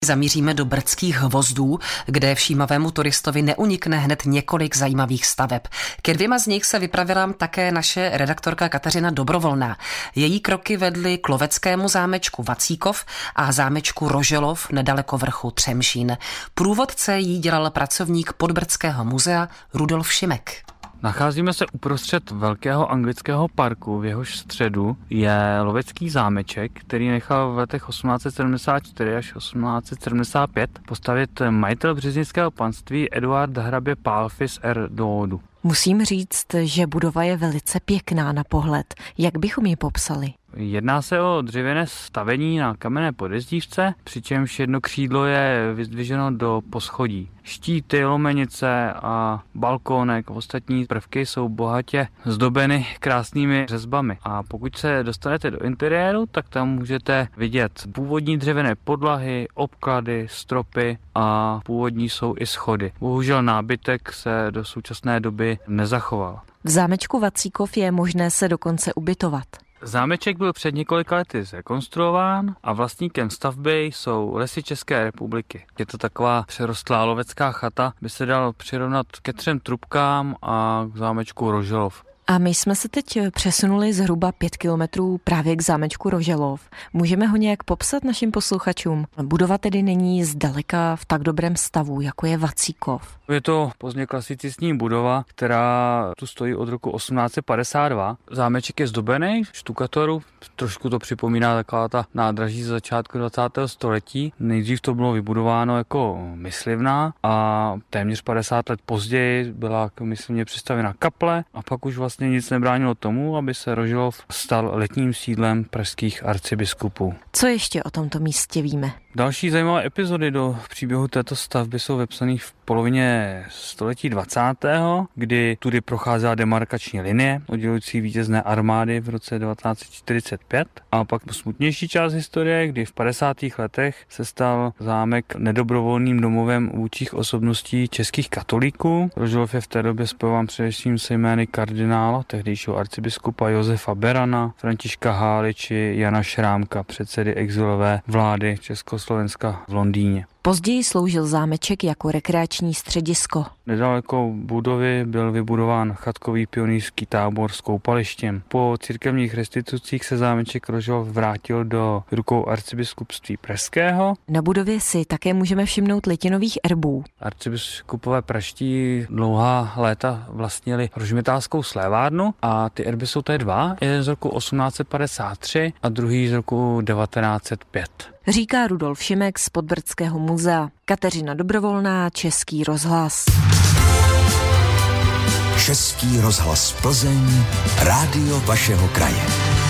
Zamíříme do Brdských Hvozdů, kde všímavému turistovi neunikne hned několik zajímavých staveb. Ke dvěma z nich se vypravila také naše redaktorka Kateřina Dobrovolná. Její kroky vedly k loveckému zámečku Vacíkov a zámečku Roželov nedaleko vrchu Třemšín. Průvodce jí dělal pracovník Podbrdského muzea Rudolf Šimek. Nacházíme se uprostřed velkého anglického parku, v jehož středu je lovecký zámeček, který nechal v letech 1874 až 1875 postavit majitel březnického panství Eduard hrabě Pálffy z Erdődu. Musím říct, že budova je velice pěkná na pohled. Jak bychom ji popsali? Jedná se o dřevěné stavení na kamenné podjezdívce, přičemž jedno křídlo je vyzdviženo do poschodí. Štíty, lomenice a balkónek a ostatní prvky jsou bohatě zdobeny krásnými řezbami. A pokud se dostanete do interiéru, tak tam můžete vidět původní dřevěné podlahy, obklady, stropy a původní jsou i schody. Bohužel nábytek se do současné doby nezachoval. V zámečku Vacíkov je možné se dokonce ubytovat. Zámeček byl před několika lety zrekonstruován a vlastníkem stavby jsou Lesy České republiky. Je to taková přerostlá lovecká chata, by se dal přirovnat ke 3 trubkám a k zámečku Roželov. A my jsme se teď přesunuli zhruba 5 kilometrů právě k zámečku Roželov. Můžeme ho nějak popsat našim posluchačům? Budova tedy není zdaleka v tak dobrém stavu, jako je Vacíkov. Je to pozdně klasicistní budova, která tu stojí od roku 1852. Zámeček je zdobený štukatoru, trošku to připomíná taková ta nádraží z začátku 20. století. Nejdřív to bylo vybudováno jako myslivna a téměř 50 let později byla myslivně přistavěna kaple a pak už vlastně nic nebránilo tomu, aby se Roželov stal letním sídlem pražských arcibiskupů. Co ještě o tomto místě víme? Další zajímavé epizody do příběhu této stavby jsou vepsané v polovině století 20., kdy tudy procházela demarkační linie oddělující vítězné armády v roce 1945. A pak smutnější část historie, kdy v 50. letech se stal zámek nedobrovolným domovem vůdčích osobností českých katolíků. Roželov je v té době spojován především se jmény kardinála, tehdejšího arcibiskupa Josefa Berana, Františka Hály či Jana Šrámka, předsedy exilové vlády Československa v Londýně. Později sloužil zámeček jako rekreační středisko. Nedaleko budovy byl vybudován chatkový pionýrský tábor s koupalištěm. Po církevních restitucích se zámeček Roželov vrátil do rukou arcibiskupství pražského. Na budově si také můžeme všimnout litinových erbů. Arcibiskupové pražští dlouhá léta vlastnili rožmitálskou slévárnu a ty erby jsou tady 2, jeden z roku 1853 a druhý z roku 1905. Říká Rudolf Šimek z Podbrdského muzea. Kateřina Dobrovolná, Český rozhlas. Český rozhlas Plzeň, rádio vašeho kraje.